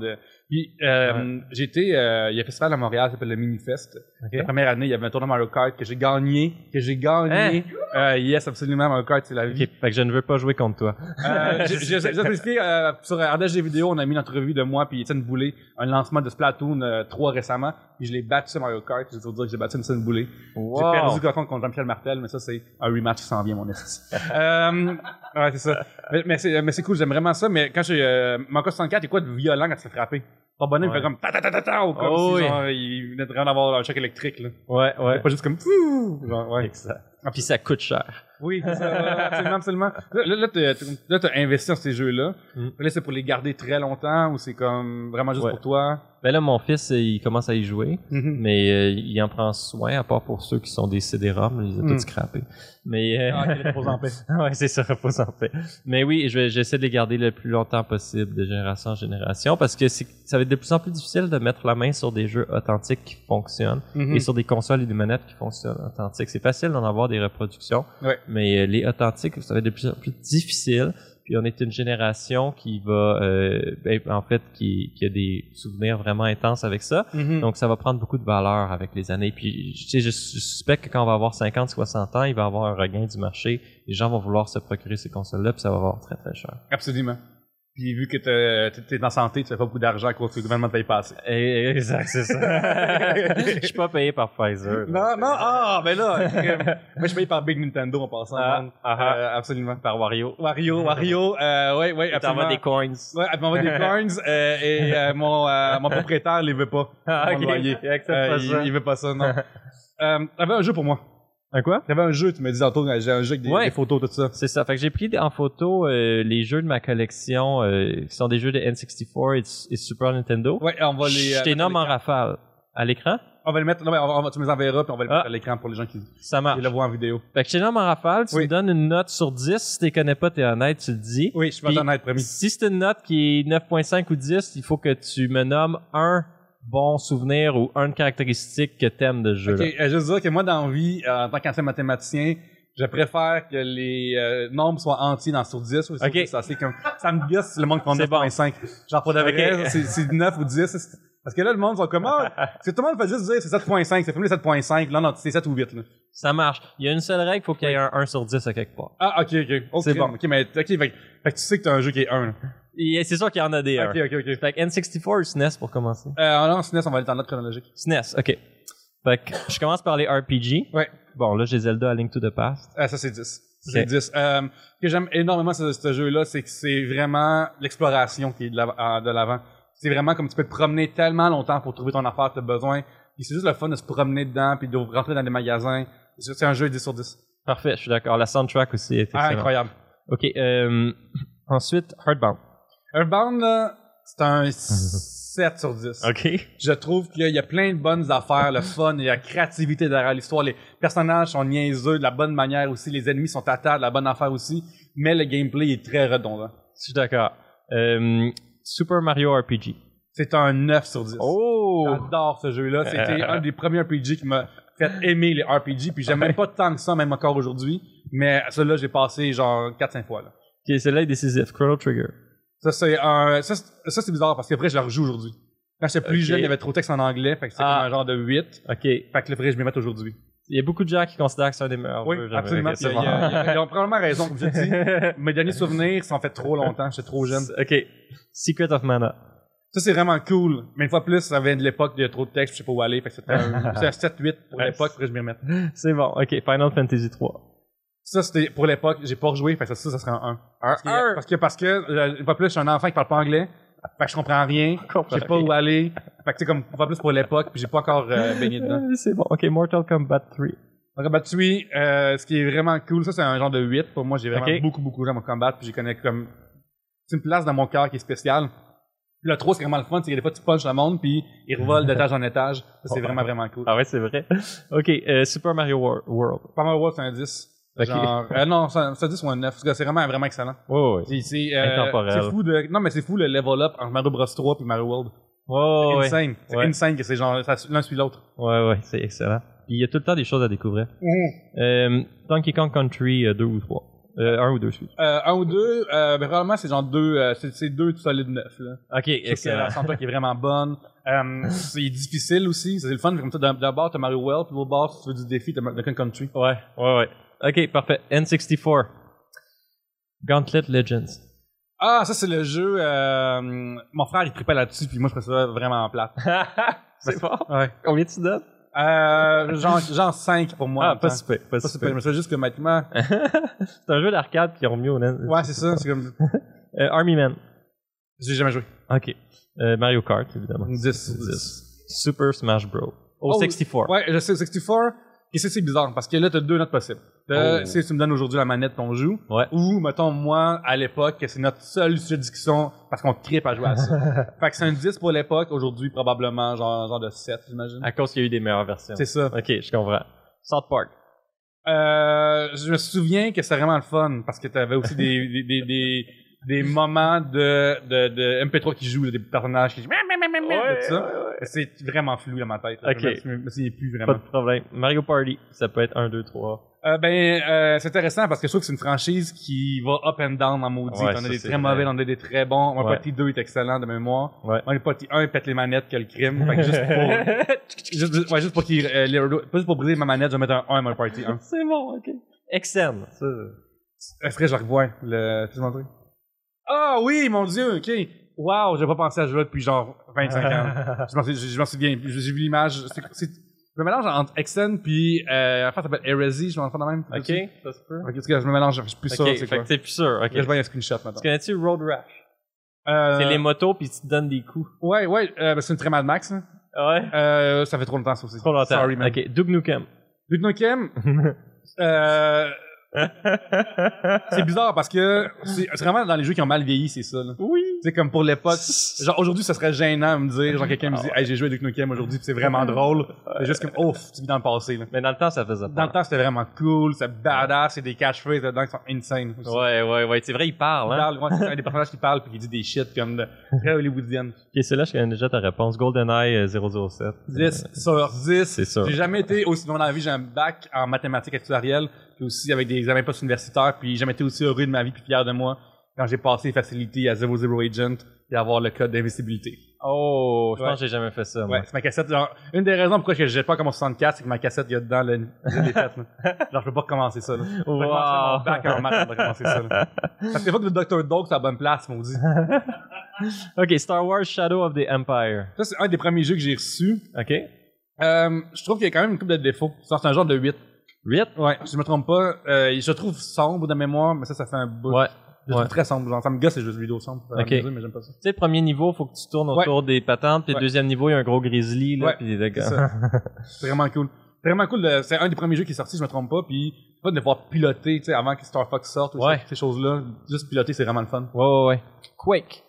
[SPEAKER 1] Puis, euh,
[SPEAKER 2] Ouais.
[SPEAKER 1] j'ai été, euh, il y a un festival à Montréal qui s'appelle le Minifest.
[SPEAKER 2] Ok.
[SPEAKER 1] La première année, il y avait un tournoi Mario Kart que j'ai gagné, que j'ai gagné. Euh, yes, absolument, Mario Kart, c'est la vie.
[SPEAKER 2] Ok, fait que je ne veux pas jouer contre toi.
[SPEAKER 1] Euh, j'ai j'ai- j'ai spécifié, euh, sur R D G Vidéo, on a mis une entrevue de moi puis Étienne Boulay, un lancement de Splatoon euh, trois récemment, puis je l'ai battu sur Mario Kart, je veux dire que j'ai battu Étienne Boulay.
[SPEAKER 2] Wow.
[SPEAKER 1] J'ai perdu contre contre Jean-Michel Martel, mais ça c'est un rematch qui s'en vient, mon esti. euh, ouais, c'est ça. Mais, mais c'est mais c'est cool, j'aime vraiment ça, mais quand j'ai euh, Mario soixante-quatre, il y a quoi de violent quand tu te fais frapper? Ton bonhomme,
[SPEAKER 2] Ouais.
[SPEAKER 1] il fait comme ta ta ta ta ta, ou comme
[SPEAKER 2] Oh,
[SPEAKER 1] si
[SPEAKER 2] oui.
[SPEAKER 1] genre, il venait de vraiment avoir un choc électrique, là.
[SPEAKER 2] Ouais, ouais.
[SPEAKER 1] Pas juste comme fou, genre, ouais.
[SPEAKER 2] Exact. Puis ça coûte cher.
[SPEAKER 1] Oui, c'est ça, absolument, absolument. Là, là, là, t'as, là, t'as investi dans ces jeux-là.
[SPEAKER 2] Mm.
[SPEAKER 1] Là, c'est pour les garder très longtemps ou c'est comme vraiment juste
[SPEAKER 2] Ouais.
[SPEAKER 1] pour toi?
[SPEAKER 2] Ben là, mon fils, il commence à y jouer,
[SPEAKER 1] Mhm.
[SPEAKER 2] mais euh, il en prend soin, à part pour ceux qui sont des C D-ROM, il les a
[SPEAKER 1] Mm.
[SPEAKER 2] tous scrappés. Mais euh...
[SPEAKER 1] Ah, ok, repose en paix.
[SPEAKER 2] ouais, c'est ça, repose en paix. Mais oui, je vais, j'essaie de les garder le plus longtemps possible, de génération en génération, parce que c'est, ça va être de plus en plus difficile de mettre la main sur des jeux authentiques qui fonctionnent
[SPEAKER 1] Mhm.
[SPEAKER 2] et sur des consoles et des manettes qui fonctionnent authentiques. C'est facile d'en avoir des reproductions,
[SPEAKER 1] Ouais.
[SPEAKER 2] mais euh, les authentiques, ça va être de plus en plus difficile. Puis on est une génération qui va, euh, ben, en fait, qui, qui a des souvenirs vraiment intenses avec ça.
[SPEAKER 1] Mhm.
[SPEAKER 2] Donc ça va prendre beaucoup de valeur avec les années. Puis tu sais, je, je suspecte que quand on va avoir cinquante, soixante ans, il va y avoir un regain du marché. Les gens vont vouloir se procurer ces consoles-là, puis ça va avoir très très cher.
[SPEAKER 1] Absolument. Puis vu que t'es, t'es- t'es en santé, tu fais pas beaucoup d'argent à cause que le gouvernement te paye pas assez.
[SPEAKER 2] Eh, Exact, c'est ça. Je suis pas payé par Pfizer.
[SPEAKER 1] Non, non, ah, ben là, crème. Moi, je suis payé par Big Nintendo en passant.
[SPEAKER 2] Ah,
[SPEAKER 1] man.
[SPEAKER 2] ah, ah.
[SPEAKER 1] Euh, absolument.
[SPEAKER 2] Par Wario.
[SPEAKER 1] Wario, Wario, euh, ouais, ouais,
[SPEAKER 2] Tu t'envoies
[SPEAKER 1] absolument.
[SPEAKER 2] des coins.
[SPEAKER 1] Ouais, elle m'envoie des coins, euh, et euh, mon, euh, mon propriétaire les veut pas.
[SPEAKER 2] Ah,
[SPEAKER 1] Mon
[SPEAKER 2] ok.
[SPEAKER 1] loyer.
[SPEAKER 2] Il accepte
[SPEAKER 1] Euh,
[SPEAKER 2] pas
[SPEAKER 1] il,
[SPEAKER 2] ça.
[SPEAKER 1] il veut pas ça, non. euh, t'avais un jeu pour moi.
[SPEAKER 2] Un quoi?
[SPEAKER 1] T'avais un jeu, tu me disais tantôt, j'ai un jeu avec des,
[SPEAKER 2] Ouais.
[SPEAKER 1] des photos, tout ça.
[SPEAKER 2] C'est ça. Fait que j'ai pris en photo euh, les jeux de ma collection euh, qui sont des jeux de N soixante-quatre et, et Super Nintendo.
[SPEAKER 1] Ouais, on va les.
[SPEAKER 2] Je
[SPEAKER 1] euh,
[SPEAKER 2] t'ai
[SPEAKER 1] mettre
[SPEAKER 2] nomme
[SPEAKER 1] à
[SPEAKER 2] en
[SPEAKER 1] l'écran.
[SPEAKER 2] rafale. À l'écran?
[SPEAKER 1] On va le mettre, non, mais on va, on va- tu me les enverras, puis on va le
[SPEAKER 2] Ah.
[SPEAKER 1] mettre à l'écran pour les gens qui,
[SPEAKER 2] Ça
[SPEAKER 1] qui
[SPEAKER 2] marche.
[SPEAKER 1] le voient en vidéo.
[SPEAKER 2] Fait que je t'ai nomme en rafale, tu
[SPEAKER 1] Oui.
[SPEAKER 2] me donnes une note sur dix. Si tu les connais pas, t'es honnête, tu le dis.
[SPEAKER 1] Oui, je suis
[SPEAKER 2] Puis,
[SPEAKER 1] pas honnête, promis.
[SPEAKER 2] Si c'est une note qui est neuf virgule cinq ou dix, il faut que tu me nommes un bon souvenir ou une caractéristique que t'aimes de ce jeu-là.
[SPEAKER 1] Ok, euh, juste dire que moi, dans la vie, euh, en tant qu'ancien mathématicien, je préfère que les euh, nombres soient entiers dans sur dix. Aussi,
[SPEAKER 2] Ok.
[SPEAKER 1] c'est assez comme, ça me gosse le monde qui prend
[SPEAKER 2] C'est
[SPEAKER 1] neuf virgule cinq. Genre, pour de vrai,
[SPEAKER 2] Ok.
[SPEAKER 1] c'est, c'est neuf ou dix. c'est- Parce que là, le monde sont comme, ah, parce que tout le monde fait juste dire c'est sept virgule cinq, c'est filmé sept virgule cinq. Non, non, c'est sept ou huit, là.
[SPEAKER 2] Ça marche. Il y a une seule règle, il faut qu'il y ait un un sur dix à quelque part.
[SPEAKER 1] Ah, ok, ok. Oh,
[SPEAKER 2] C'est
[SPEAKER 1] crème.
[SPEAKER 2] bon.
[SPEAKER 1] Ok, mais, ok, fait, que- fait que tu sais que t'as un jeu qui est un, là.
[SPEAKER 2] Et c'est sûr qu'il y en a des
[SPEAKER 1] Ok,
[SPEAKER 2] un.
[SPEAKER 1] ok, ok.
[SPEAKER 2] Fait que N soixante-quatre ou S N E S pour commencer?
[SPEAKER 1] Euh, non, sinon, on va aller dans l'ordre chronologique.
[SPEAKER 2] S N E S, ok. Fait que je commence par les R P G.
[SPEAKER 1] Ouais.
[SPEAKER 2] Bon, là, j'ai Zelda A Link to the Past.
[SPEAKER 1] Ah, ça, c'est dix. Ça,
[SPEAKER 2] Ok.
[SPEAKER 1] c'est dix. Euh, ce que j'aime énormément de ce jeu-là, c'est que c'est vraiment l'exploration qui est de l'avant- euh, de l'avant. C'est vraiment comme tu peux te promener tellement longtemps pour trouver ton affaire que tu as besoin. Puis c'est juste le fun de se promener dedans, puis de rentrer dans des magasins. C'est c'est un jeu dix sur dix.
[SPEAKER 2] Parfait, je suis d'accord. La soundtrack aussi est
[SPEAKER 1] Ah,
[SPEAKER 2] excellente.
[SPEAKER 1] incroyable.
[SPEAKER 2] Ok, euh, ensuite, Hardbound.
[SPEAKER 1] Earthbound, là, c'est un sept sur dix.
[SPEAKER 2] Ok.
[SPEAKER 1] Je trouve qu'il y a- il y a plein de bonnes affaires, le fun, il y a la créativité derrière l'histoire. Les personnages sont niaiseux de la bonne manière aussi, les ennemis sont à terre de la bonne affaire aussi, mais le gameplay est très redondant.
[SPEAKER 2] Je suis d'accord. Euh, Super Mario R P G.
[SPEAKER 1] C'est un neuf sur dix.
[SPEAKER 2] Oh!
[SPEAKER 1] J'adore ce jeu-là. C'était un des premiers R P G qui m'a fait aimer les R P G, puis j'aime même pas tant que ça, même encore aujourd'hui, mais celui-là, j'ai passé genre quatre cinq fois, là.
[SPEAKER 2] Ok, celui-là est décisif. Chrono Trigger.
[SPEAKER 1] Ça, c'est un, ça, c'est- ça, c'est bizarre parce qu'après, je le rejoue aujourd'hui. Quand j'étais plus
[SPEAKER 2] Ok.
[SPEAKER 1] jeune, il y avait trop de texte en anglais, fait que c'était
[SPEAKER 2] Ah.
[SPEAKER 1] comme un genre de huit.
[SPEAKER 2] Ok.
[SPEAKER 1] Fait que le vrai, je m'y mets aujourd'hui.
[SPEAKER 2] Il y a beaucoup de gens qui considèrent que c'est un des meilleurs
[SPEAKER 1] Oui,
[SPEAKER 2] jeux. jamais.
[SPEAKER 1] absolument.
[SPEAKER 2] Ok,
[SPEAKER 1] Puis,
[SPEAKER 2] c'est
[SPEAKER 1] il y a-
[SPEAKER 2] bon.
[SPEAKER 1] il y a- ils ont probablement raison, comme je dis. Mes derniers souvenirs, ça en fait trop longtemps, j'étais trop jeune.
[SPEAKER 2] Ok. Secret of Mana.
[SPEAKER 1] Ça, c'est vraiment cool. Mais une fois plus, ça vient de l'époque, il y a trop de texte, je sais pas où aller. Fait que c'était un, c'est un sept huit pour
[SPEAKER 2] Ouais.
[SPEAKER 1] l'époque, après je m'y remette.
[SPEAKER 2] C'est bon. Ok. Final Fantasy trois.
[SPEAKER 1] Ça, c'était pour l'époque, j'ai pas rejoué, fait que ça, ça, ça serait un un. Parce que,
[SPEAKER 2] un.
[SPEAKER 1] parce que, parce que, euh, une fois plus, je suis un enfant qui parle pas anglais. Fait que je comprends rien.
[SPEAKER 2] comprends
[SPEAKER 1] Je sais pas
[SPEAKER 2] rien.
[SPEAKER 1] où aller. Fait que c'est comme, une fois plus pour l'époque, puis j'ai pas encore euh, baigné dedans.
[SPEAKER 2] Euh, C'est bon. Ok. Mortal Kombat trois.
[SPEAKER 1] Donc, Batsui, euh, ce qui est vraiment cool, ça, c'est un genre de huit. Pour moi, j'ai vraiment
[SPEAKER 2] Ok.
[SPEAKER 1] beaucoup, beaucoup joué à mon combat, puis j'y connais comme, c'est une place dans mon cœur qui est spéciale. Puis le trois, c'est vraiment le fun, c'est que des fois, tu punches le monde, puis il revole d'étage en étage. Ça, c'est
[SPEAKER 2] Oh.
[SPEAKER 1] vraiment, vraiment cool.
[SPEAKER 2] Ah ouais, c'est vrai. Ok. euh, Super Mario Wor- World.
[SPEAKER 1] Pas mal, c'est un dix.
[SPEAKER 2] Ok.
[SPEAKER 1] Genre, euh, non, c'est un c'est un dix ou un neuf. C'est vraiment, vraiment excellent.
[SPEAKER 2] Ouais, ouais.
[SPEAKER 1] C'est, c'est, euh,
[SPEAKER 2] Intemporel.
[SPEAKER 1] c'est fou de, non, mais c'est fou le level up entre Mario Bros trois puis Mario World.
[SPEAKER 2] Ouais, ouais.
[SPEAKER 1] Insane. C'est
[SPEAKER 2] Ouais.
[SPEAKER 1] insane que c'est genre, ça, l'un suit l'autre.
[SPEAKER 2] Ouais, ouais. C'est excellent. Puis il y a tout le temps des choses à découvrir. Euh, Donkey Kong Country euh, deux ou trois. Euh, un ou deux, je suis.
[SPEAKER 1] Euh, un ou deux, euh, ben, probablement, c'est genre deux, euh, c'est, c'est deux solides neuf, là.
[SPEAKER 2] Ok, excellent.
[SPEAKER 1] La soundtrack est vraiment bonne. Euh, c'est difficile aussi, c'est le fun. Comme ça, d'abord, t'as Mario World, puis l'autre bord, si tu veux du défi, t'as Donkey Country.
[SPEAKER 2] Ouais, ouais, ouais. Ok, parfait. N soixante-quatre. Gauntlet Legends.
[SPEAKER 1] Ah, ça, c'est le jeu, euh, mon frère, il trippait là-dessus, puis moi, je trouvais ça vraiment plate.
[SPEAKER 2] C'est fort.
[SPEAKER 1] Ouais.
[SPEAKER 2] Combien tu donnes?
[SPEAKER 1] Euh, genre, genre cinq pour moi.
[SPEAKER 2] Ah, pas super, pas
[SPEAKER 1] Pas super. Mais c'est juste que maintenant.
[SPEAKER 2] C'est un jeu d'arcade qui ont mis au N.
[SPEAKER 1] Ouais, c'est ça, c'est comme.
[SPEAKER 2] euh, Army Man.
[SPEAKER 1] J'ai jamais joué.
[SPEAKER 2] Ok. Euh, Mario Kart, évidemment.
[SPEAKER 1] dix.
[SPEAKER 2] dix. Super Smash Bros. Oh,
[SPEAKER 1] Oh,
[SPEAKER 2] soixante-quatre.
[SPEAKER 1] Ouais, je sais, soixante-quatre. Et c'est, c'est bizarre, parce que là, t'as deux notes possibles. T'as,
[SPEAKER 2] Oh.
[SPEAKER 1] si tu me donnes aujourd'hui la manette qu'on joue,
[SPEAKER 2] Ouais.
[SPEAKER 1] ou, mettons, moi, à l'époque, c'est notre seul sujet de discussion, parce qu'on trippe à jouer à ça. Fait que c'est un dix pour l'époque, aujourd'hui, probablement, genre, genre de sept, j'imagine.
[SPEAKER 2] À cause qu'il y a eu des meilleures versions.
[SPEAKER 1] C'est ça.
[SPEAKER 2] Ok, je comprends. South Park.
[SPEAKER 1] Euh, je me souviens que c'est vraiment le fun, parce que t'avais aussi des, des, des, des, des moments de, de, de M P trois qui jouent, là, des personnages qui jouent,
[SPEAKER 2] Ouais,
[SPEAKER 1] tout ça.
[SPEAKER 2] ouais, ouais.
[SPEAKER 1] C'est vraiment flou dans ma tête. Là.
[SPEAKER 2] Ok.
[SPEAKER 1] Je me souviens plus
[SPEAKER 2] Pas
[SPEAKER 1] vraiment.
[SPEAKER 2] de problème. Mario Party, ça peut être un, deux, trois.
[SPEAKER 1] Euh, ben, euh, c'est intéressant parce que je trouve que c'est une franchise qui va up and down en maudit.
[SPEAKER 2] Ouais,
[SPEAKER 1] on a
[SPEAKER 2] ça,
[SPEAKER 1] des
[SPEAKER 2] c'est
[SPEAKER 1] très
[SPEAKER 2] vrai.
[SPEAKER 1] mauvais, on a des très bons. Mario
[SPEAKER 2] Ouais.
[SPEAKER 1] Party deux est excellent de mémoire.
[SPEAKER 2] Ouais.
[SPEAKER 1] Mario Party un pète les manettes que le crime. Fait que juste pour, juste, ouais, juste pour qu'il, euh, les- pas juste pour briser ma manette, je vais mettre un un à Mario Party un.
[SPEAKER 2] C'est bon, ok. Externe. Ça.
[SPEAKER 1] Est-ce que je le revois, le, tu montrer? Ah oui, mon dieu, ok. Wow, j'ai pas pensé à ce jeu depuis genre vingt-cinq ans. Je m'en souviens, je m'en souviens. J'ai vu l'image. C'est, c'est, je me mélange entre Exen puis, euh, en fait, ça s'appelle Heresy, je m'en fais de même.
[SPEAKER 2] Ok, ça se peut.
[SPEAKER 1] Ok, en tout cas, je me mélange, je suis plus sûr,
[SPEAKER 2] Ok,
[SPEAKER 1] c'est
[SPEAKER 2] fait
[SPEAKER 1] quoi.
[SPEAKER 2] que t'es plus sûr. Ok.
[SPEAKER 1] Là, je vois un screenshot maintenant.
[SPEAKER 2] Tu connais-tu Road Rash?
[SPEAKER 1] Euh,
[SPEAKER 2] C'est les motos puis tu te donnes des coups.
[SPEAKER 1] Ouais, ouais, euh, ben, c'est une très Mad Max, là.
[SPEAKER 2] Ouais.
[SPEAKER 1] Euh, ça fait trop longtemps, ça aussi.
[SPEAKER 2] Trop longtemps.
[SPEAKER 1] Sorry, man.
[SPEAKER 2] Ok, Duke Nukem.
[SPEAKER 1] Duke Nukem, euh, c'est bizarre parce que c'est, c'est vraiment dans les jeux qui ont mal vieilli, c'est ça, là.
[SPEAKER 2] Oui.
[SPEAKER 1] C'est comme pour l'époque. Genre, aujourd'hui, ça serait gênant de me dire, genre, quelqu'un me dit, hey, j'ai joué à Duke Nukem aujourd'hui pis c'est vraiment drôle. C'est juste comme, oh, tu vis dans le passé, là.
[SPEAKER 2] Mais dans le temps, ça faisait
[SPEAKER 1] Dans
[SPEAKER 2] peur.
[SPEAKER 1] le temps, c'était vraiment cool, c'est badass, c'est des catchphrases dedans qui sont insane. aussi.
[SPEAKER 2] Ouais, ouais, ouais. C'est vrai, il parle,
[SPEAKER 1] Il
[SPEAKER 2] hein.
[SPEAKER 1] parle, ouais, c'est un des personnages qui parlent pis qui dit des shit comme de, très hollywoodienne.
[SPEAKER 2] Ok, c'est là je connais déjà ta réponse. GoldenEye euh, zéro zéro sept.
[SPEAKER 1] dix sur dix.
[SPEAKER 2] C'est ça.
[SPEAKER 1] J'ai jamais été aussi bon dans la vie. J'ai un bac en mathématiques actuarielles, puis aussi avec des examens post-universitaires, puis j'ai jamais été aussi heureux de ma vie puis fier de moi quand j'ai passé les facilités à zéro zéro Agent et avoir le code d'invisibilité.
[SPEAKER 2] Oh, je
[SPEAKER 1] Ouais.
[SPEAKER 2] pense que j'ai jamais fait ça, moi.
[SPEAKER 1] Ouais, c'est ma cassette. Genre, une des raisons pourquoi je jette pas comme mon soixante-quatre, c'est que ma cassette, il y a dedans le, je l'ai faite, là. Genre, je peux pas recommencer ça, là. Je peux
[SPEAKER 2] Wow.
[SPEAKER 1] recommencer mon bac en maths avant de recommencer ça, là. Parce que faut que le docteur Dog, c'est à la bonne place, maudit.
[SPEAKER 2] Ok, Star Wars Shadow of the Empire.
[SPEAKER 1] Ça, c'est un des premiers jeux que j'ai reçus.
[SPEAKER 2] Ok.
[SPEAKER 1] Euh, je trouve qu'il y a quand même une couple de défauts. C'est un genre de huit.
[SPEAKER 2] huit?
[SPEAKER 1] Ouais, si je me trompe pas, euh, je trouve sombre de mémoire, mais ça, ça fait un bout.
[SPEAKER 2] Ouais.
[SPEAKER 1] Je
[SPEAKER 2] Ouais.
[SPEAKER 1] trouve très sombre. Genre, ça me gosse les jeux vidéo sombres. euh,
[SPEAKER 2] Ok.
[SPEAKER 1] à mesure, mais j'aime pas ça.
[SPEAKER 2] Tu sais, premier niveau, faut que tu tournes
[SPEAKER 1] Ouais.
[SPEAKER 2] autour des patentes, puis le
[SPEAKER 1] Ouais.
[SPEAKER 2] deuxième niveau, il y a un gros grizzly, là,
[SPEAKER 1] Ouais,
[SPEAKER 2] puis des
[SPEAKER 1] C'est ça. C'est vraiment cool. C'est vraiment cool. de- C'est un des premiers jeux qui est sorti, je me trompe pas, puis pas de devoir piloter, tu sais, avant que Star Fox sorte, ou
[SPEAKER 2] Ouais.
[SPEAKER 1] ces choses-là. Juste piloter, c'est vraiment le fun.
[SPEAKER 2] Ouais, ouais, ouais. Quake.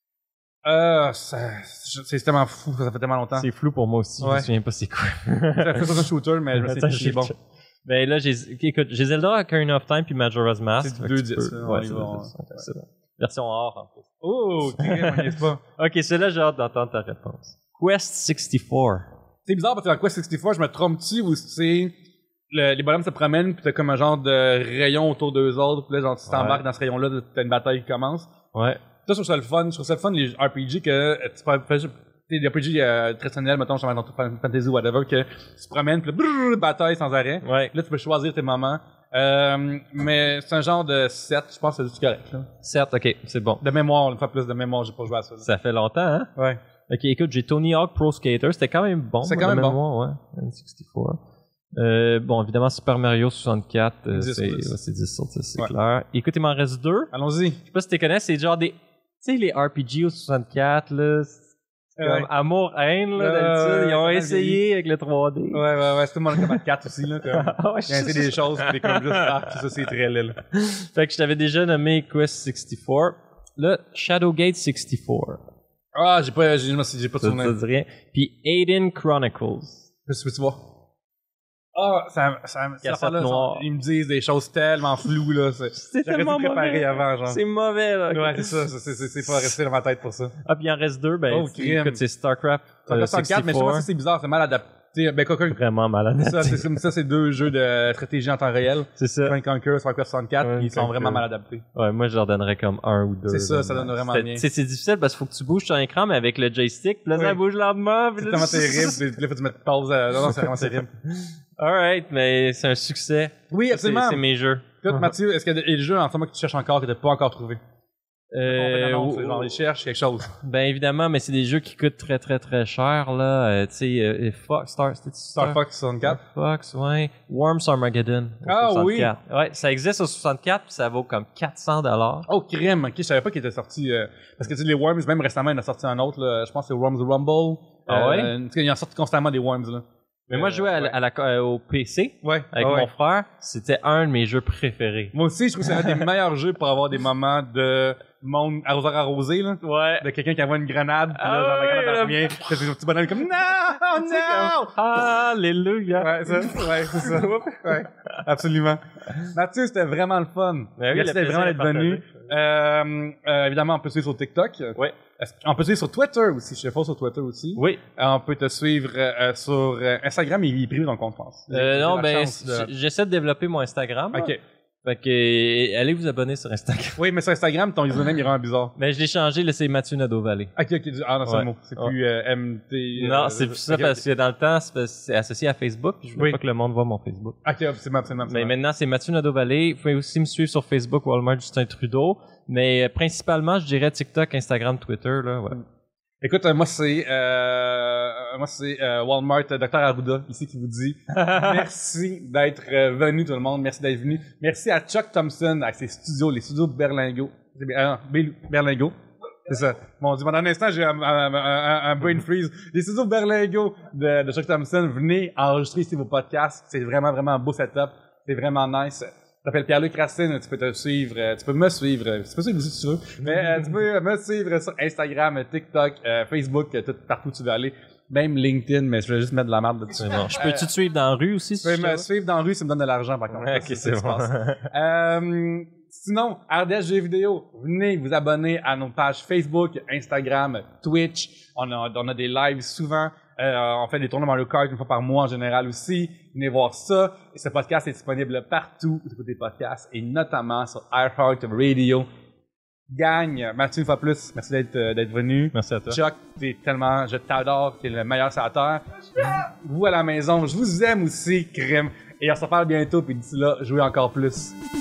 [SPEAKER 1] Euh, ça- c'est tellement fou, ça, ça fait tellement longtemps.
[SPEAKER 2] C'est flou pour moi aussi, je
[SPEAKER 1] Ouais.
[SPEAKER 2] me souviens pas c'est quoi.
[SPEAKER 1] Ça fait ça un shooter, mais je me
[SPEAKER 2] Attends,
[SPEAKER 1] suis dit, c'est bon.
[SPEAKER 2] Ben là, j'ai, ok, écoute, j'ai Zelda Ocarina of Time puis Majora's Mask.
[SPEAKER 1] C'est
[SPEAKER 2] fait
[SPEAKER 1] deux
[SPEAKER 2] que tu
[SPEAKER 1] dix,
[SPEAKER 2] peux-
[SPEAKER 1] là,
[SPEAKER 2] Ouais,
[SPEAKER 1] on y
[SPEAKER 2] c'est
[SPEAKER 1] va,
[SPEAKER 2] deux
[SPEAKER 1] on-
[SPEAKER 2] dix, ok, c'est bon. Version or, en plus.
[SPEAKER 1] Oh, crème, on y est pas.
[SPEAKER 2] Ok, celui-là, j'ai hâte d'entendre ta réponse. Quest soixante-quatre.
[SPEAKER 1] C'est bizarre parce que dans Quest soixante-quatre, je me trompe-tu ou c'est le- les bonhommes se promènent puis t'as comme un genre de rayon autour d'eux autres puis là genre tu t'embarques
[SPEAKER 2] Ouais.
[SPEAKER 1] dans ce rayon-là, t'as une bataille qui commence.
[SPEAKER 2] Ouais.
[SPEAKER 1] Ça, je trouve ça le fun. Je trouve ça le fun, les R P G, que euh, tu peux faire, tu sais, des R P G euh, traditionnels, mettons, je dans Final Fantasy ou whatever, que tu te promènes, puis là, brrr, bataille sans arrêt.
[SPEAKER 2] Ouais.
[SPEAKER 1] Là, tu peux choisir tes moments. Euh, mais c'est un genre de sept, je pense que c'est juste correct, là.
[SPEAKER 2] Certes, ok, c'est bon.
[SPEAKER 1] De mémoire, une fois plus de mémoire, j'ai pas joué à ça, là.
[SPEAKER 2] Ça fait longtemps, hein?
[SPEAKER 1] Ouais.
[SPEAKER 2] Ok, écoute, j'ai Tony Hawk Pro Skater. C'était quand même bon.
[SPEAKER 1] C'est
[SPEAKER 2] moi,
[SPEAKER 1] quand
[SPEAKER 2] de
[SPEAKER 1] même bon.
[SPEAKER 2] mémoire, ouais. N soixante-quatre. Euh, bon, évidemment, Super Mario soixante-quatre, euh,
[SPEAKER 1] dix
[SPEAKER 2] c'est
[SPEAKER 1] sur dix.
[SPEAKER 2] ouais, c'est dix sur dix, c'est
[SPEAKER 1] Ouais.
[SPEAKER 2] clair. Écoute, il m'en reste deux.
[SPEAKER 1] Allons-y.
[SPEAKER 2] Je sais pas si tu les connais, c'est genre des... Tu sais, les R P G au soixante-quatre, là, c'est comme
[SPEAKER 1] Ouais.
[SPEAKER 2] amour-haine, là,
[SPEAKER 1] Euh,
[SPEAKER 2] d'habitude. Ils ont
[SPEAKER 1] ouais,
[SPEAKER 2] essayé avec le trois D.
[SPEAKER 1] Ouais, ouais, ouais, c'est tout le monde qui a quatre aussi, là. Comme,
[SPEAKER 2] Ah ouais,
[SPEAKER 1] il y a des choses, pis des comme juste, ah, ça, c'est très laid, là.
[SPEAKER 2] Fait que je t'avais déjà nommé Quest soixante-quatre. Là, Shadowgate soixante-quatre.
[SPEAKER 1] Ah, j'ai pas, j'ai, j'ai pas de
[SPEAKER 2] Ça te
[SPEAKER 1] souvenir.
[SPEAKER 2] dit rien. Puis Aiden Chronicles.
[SPEAKER 1] Qu'est-ce que tu vois? Ah, ça, ça, ça
[SPEAKER 2] Cassette
[SPEAKER 1] là,
[SPEAKER 2] noire.
[SPEAKER 1] ils me disent des choses tellement floues, là. C'est,
[SPEAKER 2] C'est
[SPEAKER 1] j'aurais dû
[SPEAKER 2] tellement
[SPEAKER 1] préparer
[SPEAKER 2] mauvais.
[SPEAKER 1] avant, genre.
[SPEAKER 2] C'est mauvais, là.
[SPEAKER 1] Ouais, c'est ça, c'est, c'est, c'est pas resté dans ma tête pour ça.
[SPEAKER 2] Ah, puis il en reste deux, ben,
[SPEAKER 1] Oh,
[SPEAKER 2] c'est-
[SPEAKER 1] crime.
[SPEAKER 2] écoute, c'est StarCraft
[SPEAKER 1] Ça
[SPEAKER 2] euh,
[SPEAKER 1] fait soixante-quatre, mais je sais pas
[SPEAKER 2] soixante-quatre.
[SPEAKER 1] si c'est bizarre, c'est mal adapté. T'sais, ben, Coca,
[SPEAKER 2] Vraiment malade.
[SPEAKER 1] ça, c'est comme ça, c'est deux jeux de stratégie en temps réel.
[SPEAKER 2] C'est ça.
[SPEAKER 1] Command Conquer, Star Wars soixante-quatre,
[SPEAKER 2] Ouais,
[SPEAKER 1] ils sont
[SPEAKER 2] Conquer.
[SPEAKER 1] vraiment mal adaptés.
[SPEAKER 2] Ouais, moi, je leur donnerais comme un ou deux.
[SPEAKER 1] C'est ça,
[SPEAKER 2] là,
[SPEAKER 1] ça donne
[SPEAKER 2] mais
[SPEAKER 1] vraiment
[SPEAKER 2] c'était-
[SPEAKER 1] bien.
[SPEAKER 2] C'est c'est difficile parce qu'il faut que tu bouges sur l'écran, mais avec le joystick, puis là, ça
[SPEAKER 1] Oui.
[SPEAKER 2] bouge lentement. puis
[SPEAKER 1] C'est
[SPEAKER 2] là,
[SPEAKER 1] tellement terrible. Puis là, faut que tu mettes pause. à- Non, non, c'est vraiment terrible.
[SPEAKER 2] Alright, mais c'est un succès.
[SPEAKER 1] Oui,
[SPEAKER 2] C'est
[SPEAKER 1] absolument.
[SPEAKER 2] c'est mes jeux.
[SPEAKER 1] Écoute, Mathieu, est-ce qu'il y a des jeux en ce moment que tu cherches encore que tu n'as pas encore trouvé?
[SPEAKER 2] Euh,
[SPEAKER 1] non, non, c'est
[SPEAKER 2] ou-
[SPEAKER 1] genre, ils cherchent quelque chose.
[SPEAKER 2] Ben évidemment, mais c'est des jeux qui coûtent très très très cher là. Euh, tu sais, euh, Fox, Star, c'était
[SPEAKER 1] Star Fox soixante-quatre.
[SPEAKER 2] Fox, ouais. Worms Armageddon. au
[SPEAKER 1] Ah
[SPEAKER 2] soixante-quatre. Ouais, ça existe au soixante-quatre puis ça vaut comme quatre cents dollars.
[SPEAKER 1] Oh, crème. Ok, je savais pas qu'il était sorti. Euh, parce que tu sais, les Worms, même récemment, il en a sorti un autre. Là, je pense que c'est Worms Rumble.
[SPEAKER 2] Ah ouais?
[SPEAKER 1] Euh, en tout cas, il en sort constamment des Worms. Là.
[SPEAKER 2] Mais moi, je jouais à la-
[SPEAKER 1] ouais.
[SPEAKER 2] à la, euh, au P C
[SPEAKER 1] Ouais.
[SPEAKER 2] avec
[SPEAKER 1] ah ouais.
[SPEAKER 2] mon frère. C'était un de mes jeux préférés.
[SPEAKER 1] Moi aussi, je trouve que c'est un des meilleurs jeux pour avoir des moments de monde arroseur arrosé, là.
[SPEAKER 2] Ouais.
[SPEAKER 1] De quelqu'un qui envoie une grenade, puis
[SPEAKER 2] Ah
[SPEAKER 1] là, genre, la
[SPEAKER 2] ouais,
[SPEAKER 1] grenade
[SPEAKER 2] là.
[SPEAKER 1] revient, puis c'est un petit bonhomme comme, non, non!
[SPEAKER 2] Alléluia.
[SPEAKER 1] Ouais, ça, ouais, c'est ça. Ouais, absolument. Mathieu, c'était vraiment le fun.
[SPEAKER 2] Ben oui,
[SPEAKER 1] Merci
[SPEAKER 2] le
[SPEAKER 1] d'être vraiment
[SPEAKER 2] plaisir
[SPEAKER 1] d'être
[SPEAKER 2] est
[SPEAKER 1] venu. Euh, euh, évidemment, on peut te suivre sur TikTok.
[SPEAKER 2] Ouais.
[SPEAKER 1] Est-ce- On peut te suivre sur Twitter aussi. Je te fais sur Twitter aussi.
[SPEAKER 2] Oui.
[SPEAKER 1] Euh, on peut te suivre euh, sur euh, Instagram. Il est privé dans le compte, je pense. J'ai-
[SPEAKER 2] Euh,
[SPEAKER 1] j'ai
[SPEAKER 2] non,
[SPEAKER 1] la
[SPEAKER 2] ben,
[SPEAKER 1] chance de-
[SPEAKER 2] j- j'essaie de développer mon Instagram.
[SPEAKER 1] OK.
[SPEAKER 2] Fait que, euh, allez vous abonner sur Instagram.
[SPEAKER 1] Oui, mais sur Instagram, ton username il est vraiment bizarre.
[SPEAKER 2] Mais je l'ai changé, là, c'est Mathieu Nadeau-Vallée.
[SPEAKER 1] Ok, ok. Ah non, c'est
[SPEAKER 2] Ouais.
[SPEAKER 1] le mot. C'est
[SPEAKER 2] Ouais.
[SPEAKER 1] plus euh, M T.
[SPEAKER 2] Non,
[SPEAKER 1] euh,
[SPEAKER 2] c'est plus ça
[SPEAKER 1] ok,
[SPEAKER 2] parce que dans le temps, c'est parce que c'est associé à Facebook. Puis je veux
[SPEAKER 1] Oui.
[SPEAKER 2] pas que le monde voit mon Facebook.
[SPEAKER 1] Ok, absolument, absolument.
[SPEAKER 2] Mais
[SPEAKER 1] absolument.
[SPEAKER 2] maintenant, c'est Mathieu Nadeau-Vallée. Vous pouvez aussi me suivre sur Facebook, Walmart Justin Trudeau. Mais euh, principalement, je dirais TikTok, Instagram, Twitter, là, ouais.
[SPEAKER 1] Écoute, euh, moi c'est euh, moi c'est euh, Walmart, euh, Docteur Arruda ici qui vous dit merci d'être euh, venu tout le monde, merci d'être venu. Merci à Chuck Thompson avec ses studios, les studios Berlingo. C'est bien, ah, non, Bel- Berlingo. C'est ça. Mon Dieu, pendant un instant, j'ai un, un, un, un brain freeze. Les studios Berlingo de, de Chuck Thompson, venez enregistrer ici vos podcasts. C'est vraiment, vraiment un beau setup. C'est vraiment nice. Je m'appelle Pierre-Luc Racine, tu peux te suivre, euh, tu peux me suivre, euh, tu peux suivre aussi si tu veux, mais euh, tu peux me suivre sur Instagram, TikTok, euh, Facebook, euh, tout, partout où tu veux aller, même LinkedIn, mais je vais juste mettre de la merde dessus.
[SPEAKER 2] C'est bon. Je peux-tu te suivre dans la rue aussi?
[SPEAKER 1] Tu
[SPEAKER 2] si
[SPEAKER 1] peux
[SPEAKER 2] je
[SPEAKER 1] me
[SPEAKER 2] te vois?
[SPEAKER 1] suivre dans la rue, ça me donne de l'argent par contre.
[SPEAKER 2] Ok,
[SPEAKER 1] Ça,
[SPEAKER 2] c'est
[SPEAKER 1] ça qui se
[SPEAKER 2] bon.
[SPEAKER 1] passe. Euh, sinon, R D S Jeux vidéo, venez vous abonner à nos pages Facebook, Instagram, Twitch. On a, on a des lives souvent. Euh, on fait des tournois Mario Kart une fois par mois en général aussi. Venez voir ça. Et ce podcast est disponible partout où vous écoutez des podcasts et notamment sur iHeart Radio. Gagne. Mathieu, une fois plus, merci d'être euh, d'être venu.
[SPEAKER 2] Merci à toi.
[SPEAKER 1] Chuck, t'es tellement, je t'adore, t'es le meilleur sur la terre. Vous à la maison, je vous aime aussi, crème. Et on se reparle bientôt, puis d'ici là, jouez encore plus.